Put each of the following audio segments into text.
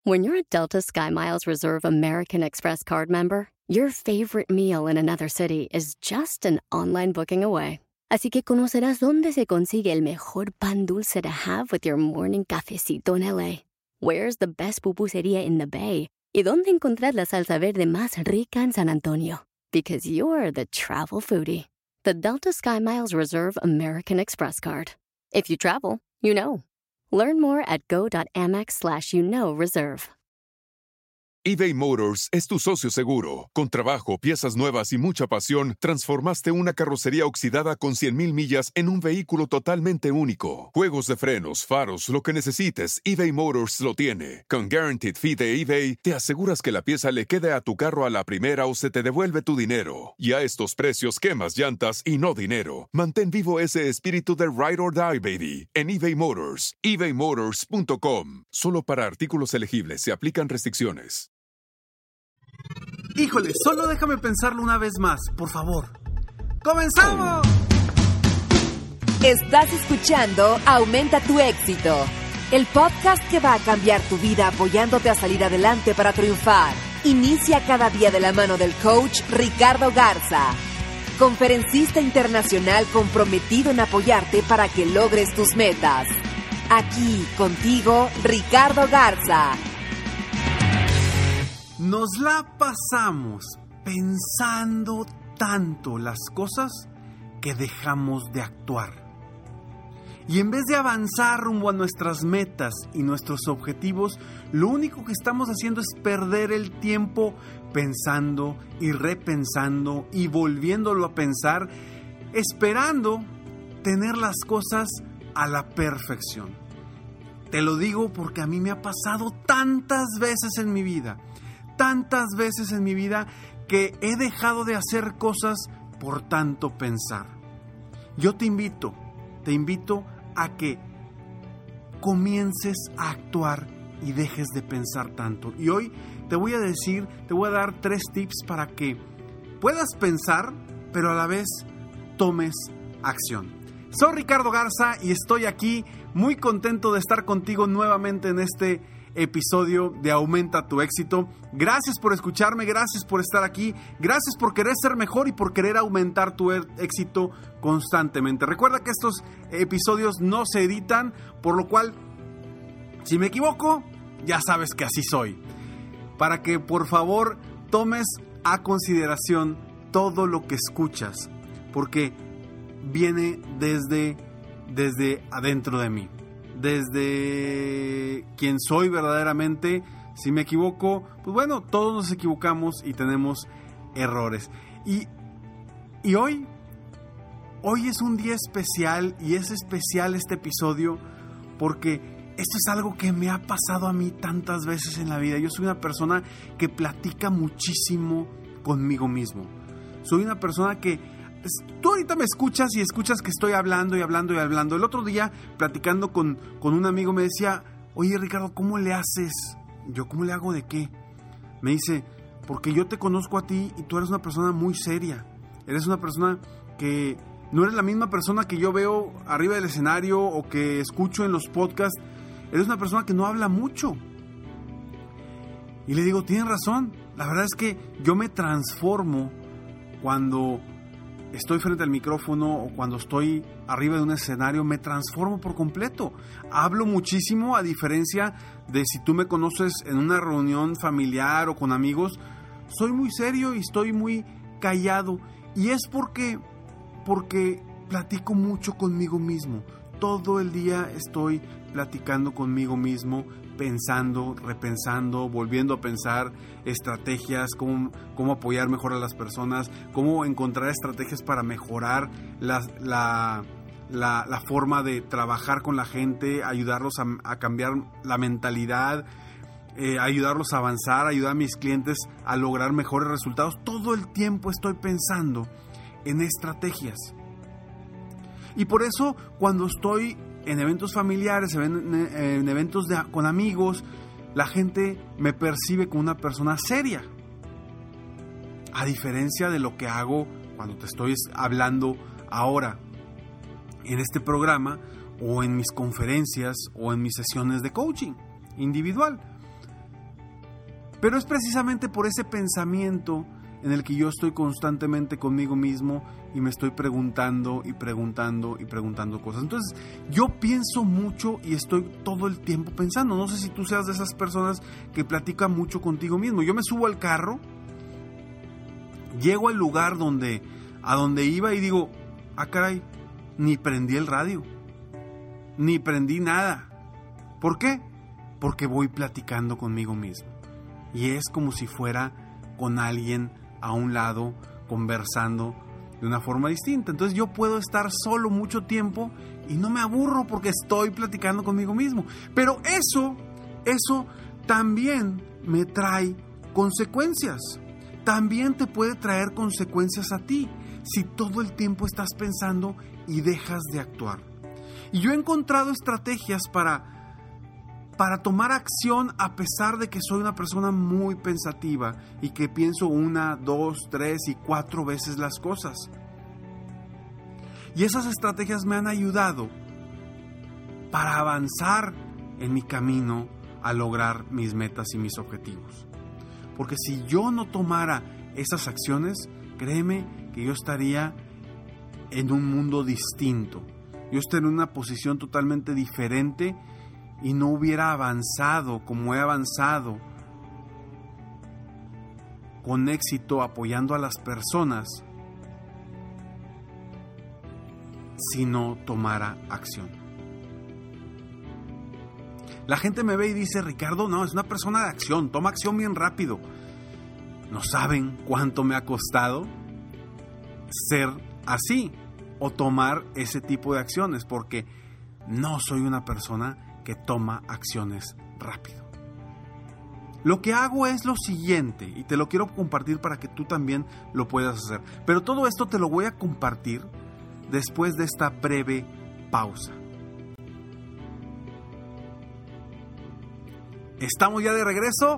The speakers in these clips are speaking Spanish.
When you're a Delta SkyMiles Reserve American Express card member, your favorite meal in another city is just an online booking away. Así que conocerás dónde se consigue el mejor pan dulce to have with your morning cafecito en LA. Where's the best pupusería in the Bay? Y dónde encontrar la salsa verde más rica en San Antonio. Because you're the travel foodie. The Delta SkyMiles Reserve American Express card. If you travel, you know. Learn more at go.amex/reserve. eBay Motors es tu socio seguro. Con trabajo, piezas nuevas y mucha pasión, transformaste una carrocería oxidada con 100,000 millas en un vehículo totalmente único. Juegos de frenos, faros, lo que necesites, eBay Motors lo tiene. Con Guaranteed Fee de eBay, te aseguras que la pieza le quede a tu carro a la primera o se te devuelve tu dinero. Y a estos precios, quemas llantas y no dinero. Mantén vivo ese espíritu de Ride or Die, baby, en eBay Motors. ebaymotors.com. Solo para artículos elegibles se aplican restricciones. Híjole, solo déjame pensarlo una vez más, por favor. ¡Comenzamos! Estás escuchando Aumenta tu éxito, el podcast que va a cambiar tu vida apoyándote a salir adelante para triunfar. Inicia cada día de la mano del coach Ricardo Garza, conferencista internacional comprometido en apoyarte para que logres tus metas. Aquí contigo, Ricardo Garza. Nos la pasamos pensando tanto las cosas que dejamos de actuar. Y en vez de avanzar rumbo a nuestras metas y nuestros objetivos, lo único que estamos haciendo es perder el tiempo pensando y repensando y volviéndolo a pensar, esperando tener las cosas a la perfección. Te lo digo porque a mí me ha pasado tantas veces en mi vida que he dejado de hacer cosas por tanto pensar. Yo te invito a que comiences a actuar y dejes de pensar tanto. Y hoy te voy a dar 3 tips para que puedas pensar, pero a la vez tomes acción. Soy Ricardo Garza y estoy aquí muy contento de estar contigo nuevamente en este episodio de Aumenta tu éxito. Gracias por escucharme, gracias por estar aquí, gracias por querer ser mejor y por querer aumentar tu éxito constantemente. Recuerda que estos episodios no se editan, por lo cual, si me equivoco, ya sabes que así soy. Para que por favor tomes a consideración todo lo que escuchas, porque viene desde adentro de mí. Desde quien soy verdaderamente. Si me equivoco, pues bueno, todos nos equivocamos y tenemos errores. Y hoy es un día especial, y es especial este episodio porque esto es algo que me ha pasado a mí tantas veces en la vida. Yo soy una persona que platica muchísimo conmigo mismo. Soy una persona que tú ahorita me escuchas y escuchas que estoy hablando y hablando y hablando. El otro día, platicando con un amigo, me decía: oye, Ricardo, ¿cómo le haces? Yo, ¿cómo le hago de qué? Me dice: porque yo te conozco a ti y tú eres una persona muy seria. Eres una persona que no eres la misma persona que yo veo arriba del escenario o que escucho en los podcasts. Eres una persona que no habla mucho. Y le digo: tienes razón. La verdad es que yo me transformo cuando estoy frente al micrófono o cuando estoy arriba de un escenario. Me transformo por completo. Hablo muchísimo, a diferencia de si tú me conoces en una reunión familiar o con amigos. Soy muy serio y estoy muy callado. Y es porque platico mucho conmigo mismo. Todo el día estoy platicando conmigo mismo, pensando, repensando, volviendo a pensar estrategias, cómo apoyar mejor a las personas, cómo encontrar estrategias para mejorar la forma de trabajar con la gente, ayudarlos a cambiar la mentalidad, ayudarlos a avanzar, ayudar a mis clientes a lograr mejores resultados. Todo el tiempo estoy pensando en estrategias. Y por eso, cuando estoy en eventos familiares, en eventos con amigos, la gente me percibe como una persona seria. A diferencia de lo que hago cuando te estoy hablando ahora en este programa, o en mis conferencias, o en mis sesiones de coaching individual. Pero es precisamente por ese pensamiento en el que yo estoy constantemente conmigo mismo y me estoy preguntando cosas. Entonces, yo pienso mucho y estoy todo el tiempo pensando. No sé si tú seas de esas personas que platican mucho contigo mismo. Yo me subo al carro, llego al lugar a donde iba y digo, caray, ni prendí el radio, ni prendí nada. ¿Por qué? Porque voy platicando conmigo mismo. Y es como si fuera con alguien a un lado, conversando de una forma distinta. Entonces yo puedo estar solo mucho tiempo y no me aburro porque estoy platicando conmigo mismo. Pero eso también me trae consecuencias. También te puede traer consecuencias a ti si todo el tiempo estás pensando y dejas de actuar. Y yo he encontrado estrategias para tomar acción a pesar de que soy una persona muy pensativa y que pienso 1, 2, 3 y 4 veces las cosas. Y esas estrategias me han ayudado para avanzar en mi camino a lograr mis metas y mis objetivos. Porque si yo no tomara esas acciones, créeme que yo estaría en un mundo distinto. Yo estaría en una posición totalmente diferente y no hubiera avanzado como he avanzado con éxito apoyando a las personas si no tomara acción. La gente me ve y dice, Ricardo, no, es una persona de acción, toma acción bien rápido. No saben cuánto me ha costado ser así o tomar ese tipo de acciones, porque no soy una persona que toma acciones rápido. Lo que hago es lo siguiente, y te lo quiero compartir para que tú también lo puedas hacer. Pero todo esto te lo voy a compartir después de esta breve pausa. Estamos ya de regreso.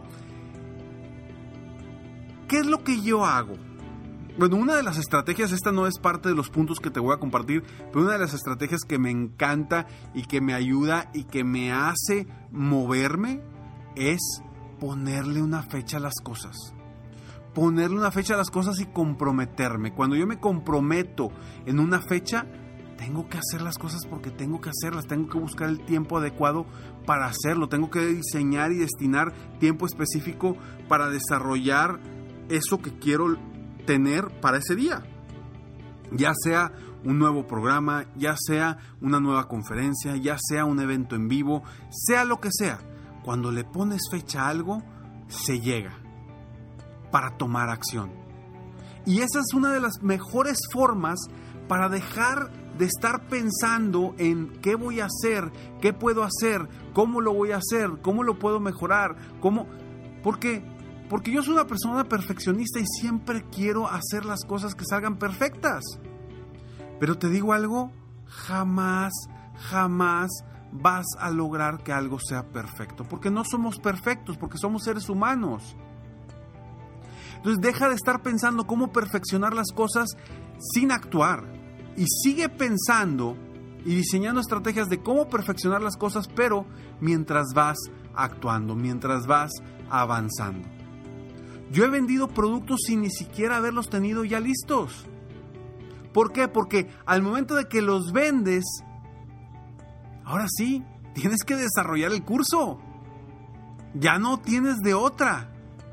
¿Qué es lo que yo hago? Bueno, una de las estrategias, esta no es parte de los puntos que te voy a compartir, pero una de las estrategias que me encanta y que me ayuda y que me hace moverme es ponerle una fecha a las cosas. Ponerle una fecha a las cosas y comprometerme. Cuando yo me comprometo en una fecha, tengo que hacer las cosas porque tengo que hacerlas. Tengo que buscar el tiempo adecuado para hacerlo. Tengo que diseñar y destinar tiempo específico para desarrollar eso que quiero tener para ese día, ya sea un nuevo programa, ya sea una nueva conferencia, ya sea un evento en vivo, sea lo que sea. Cuando le pones fecha a algo, se llega para tomar acción. Y esa es una de las mejores formas para dejar de estar pensando en qué voy a hacer, qué puedo hacer, cómo lo voy a hacer, cómo lo puedo mejorar, porque yo soy una persona perfeccionista y siempre quiero hacer las cosas que salgan perfectas. Pero te digo algo, jamás vas a lograr que algo sea perfecto. Porque no somos perfectos, porque somos seres humanos. Entonces deja de estar pensando cómo perfeccionar las cosas sin actuar. Y sigue pensando y diseñando estrategias de cómo perfeccionar las cosas, pero mientras vas actuando, mientras vas avanzando. Yo he vendido productos sin ni siquiera haberlos tenido ya listos. ¿Por qué? Porque al momento de que los vendes, ahora sí, tienes que desarrollar el curso. Ya no tienes de otra.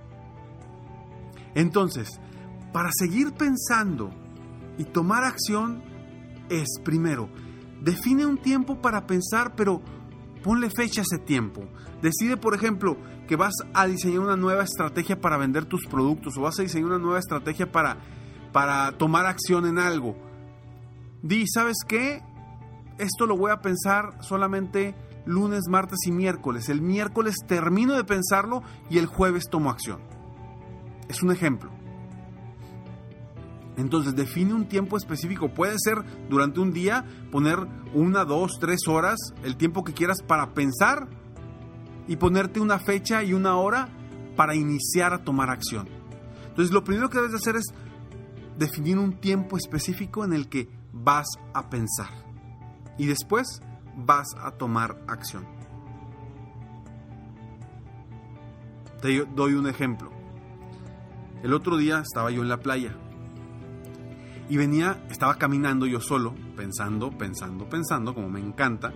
Entonces, para seguir pensando y tomar acción es, primero, define un tiempo para pensar, pero ponle fecha a ese tiempo. Decide, por ejemplo, que vas a diseñar una nueva estrategia para vender tus productos o vas a diseñar una nueva estrategia para tomar acción en algo. Di, ¿sabes qué? Esto lo voy a pensar solamente lunes, martes y miércoles. El miércoles termino de pensarlo y el jueves tomo acción. Es un ejemplo. Entonces define un tiempo específico. Puede ser durante un día, poner 1, 2, 3 horas, el tiempo que quieras para pensar y ponerte una fecha y una hora para iniciar a tomar acción. Entonces lo primero que debes de hacer es definir un tiempo específico en el que vas a pensar y después vas a tomar acción. Te doy un ejemplo. El otro día estaba yo en la playa y estaba caminando yo solo, pensando, como me encanta.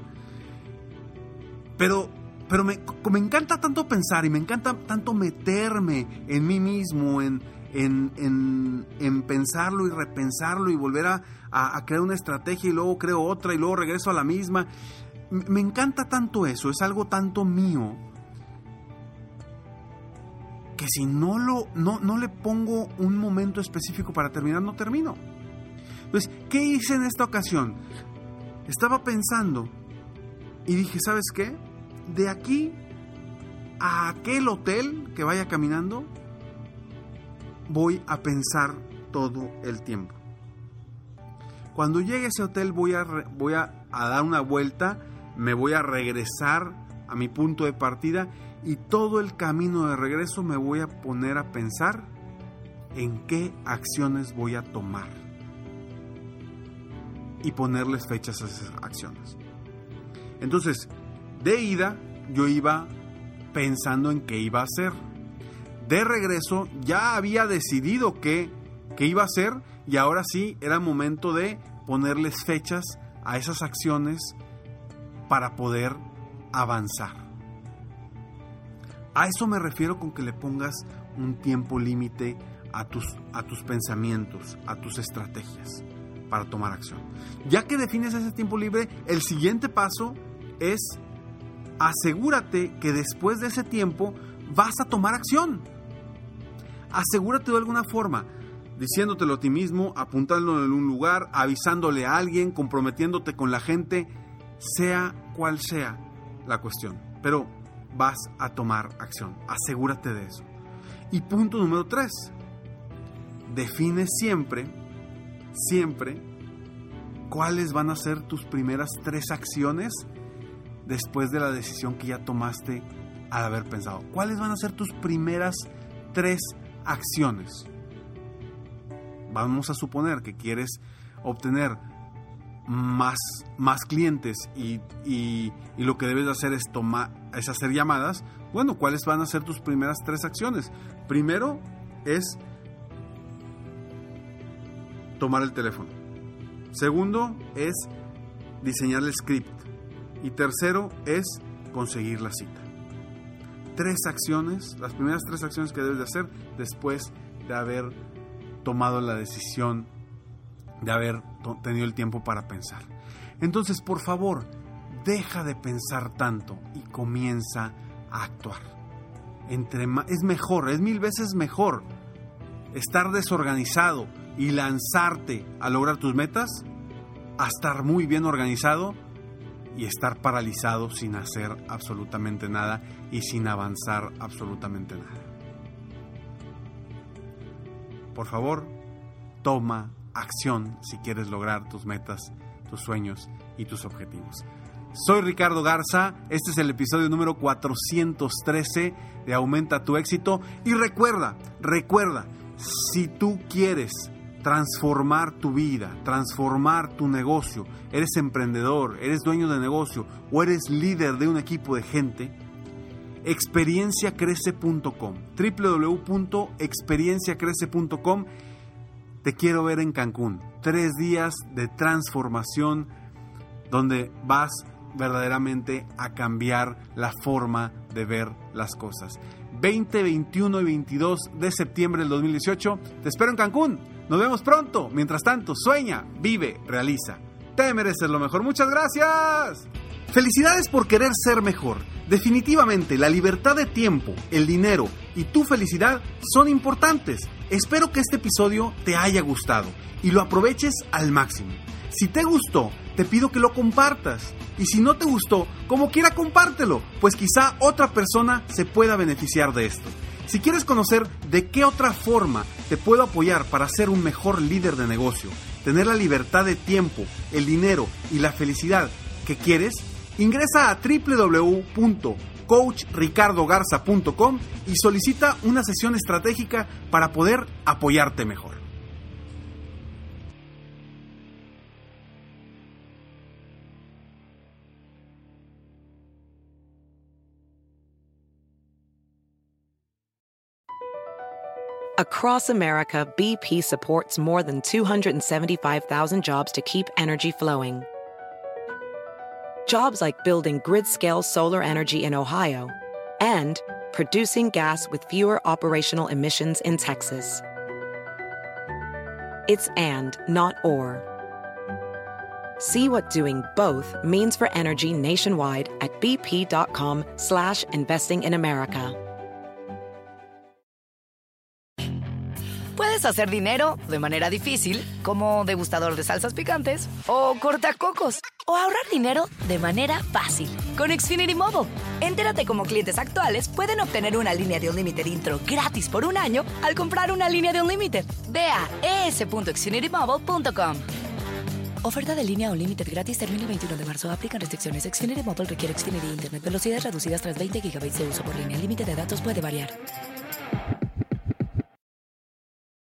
Pero me encanta tanto pensar y me encanta tanto meterme en mí mismo, en pensarlo y repensarlo y volver a crear una estrategia y luego creo otra y luego regreso a la misma. Me encanta tanto eso, es algo tanto mío, que si no le pongo un momento específico para terminar, no termino. Entonces, ¿qué hice en esta ocasión? Estaba pensando y dije, ¿sabes qué? De aquí a aquel hotel que vaya caminando, voy a pensar todo el tiempo. Cuando llegue a ese hotel voy a dar una vuelta, me voy a regresar a mi punto de partida y todo el camino de regreso me voy a poner a pensar en qué acciones voy a tomar y ponerles fechas a esas acciones. Entonces, de ida yo iba pensando en qué iba a hacer. De regreso ya había decidido qué iba a hacer y ahora sí era momento de ponerles fechas a esas acciones para poder avanzar. A eso me refiero con que le pongas un tiempo límite a tus pensamientos, a tus estrategias para tomar acción. Ya que defines ese tiempo libre, el siguiente paso es asegúrate que después de ese tiempo vas a tomar acción. Asegúrate de alguna forma, diciéndotelo a ti mismo, apuntándolo en un lugar, avisándole a alguien, comprometiéndote con la gente, sea cual sea la cuestión. Pero vas a tomar acción. Asegúrate de eso. Y punto número 3. Define siempre cuáles van a ser tus primeras 3 acciones después de la decisión que ya tomaste al haber pensado. ¿Cuáles van a ser tus primeras 3 acciones? Vamos a suponer que quieres obtener más clientes y lo que debes de hacer es hacer llamadas. Bueno, ¿cuáles van a ser tus primeras 3 acciones? Primero es tomar el teléfono. Segundo es diseñar el script. Y tercero es conseguir la cita. 3 acciones, las primeras 3 acciones que debes de hacer después de haber tomado la decisión, de haber tenido el tiempo para pensar. Entonces, por favor, deja de pensar tanto y comienza a actuar. Es mejor, es 1000 veces mejor estar desorganizado y lanzarte a lograr tus metas a estar muy bien organizado y estar paralizado sin hacer absolutamente nada y sin avanzar absolutamente nada. Por favor, toma acción si quieres lograr tus metas, tus sueños y tus objetivos. Soy Ricardo Garza, este es el episodio número 413 de Aumenta tu éxito. Y recuerda, si tú quieres transformar tu vida, transformar tu negocio, eres emprendedor, eres dueño de negocio o eres líder de un equipo de gente, experienciacrece.com, www.experienciacrece.com. Te quiero ver en Cancún. 3 días de transformación donde vas verdaderamente a cambiar la forma de ver las cosas. 20, 21 y 22 de septiembre del 2018. Te espero en Cancún. Nos vemos pronto. Mientras tanto, sueña, vive, realiza. Te mereces lo mejor. Muchas gracias. Felicidades por querer ser mejor. Definitivamente, la libertad de tiempo, el dinero y tu felicidad son importantes. Espero que este episodio te haya gustado y lo aproveches al máximo. Si te gustó, te pido que lo compartas. Y si no te gustó, como quiera compártelo, pues quizá otra persona se pueda beneficiar de esto. Si quieres conocer de qué otra forma te puedo apoyar para ser un mejor líder de negocio, tener la libertad de tiempo, el dinero y la felicidad que quieres, ingresa a www.coachricardogarza.com y solicita una sesión estratégica para poder apoyarte mejor. Across America, BP supports more than 275,000 jobs to keep energy flowing. Jobs like building grid-scale solar energy in Ohio and producing gas with fewer operational emissions in Texas. It's and, not or. See what doing both means for energy nationwide at bp.com/investing in America. Puedes hacer dinero de manera difícil, como degustador de salsas picantes, o cortacocos, o ahorrar dinero de manera fácil con Xfinity Mobile. Entérate cómo clientes actuales pueden obtener una línea de Unlimited intro gratis por un año al comprar una línea de Unlimited. Ve a es.xfinitymobile.com. Oferta de línea Unlimited gratis termina el 21 de marzo. Aplican restricciones. Xfinity Mobile requiere Xfinity Internet. Velocidades reducidas tras 20 GB de uso por línea. El límite de datos puede variar.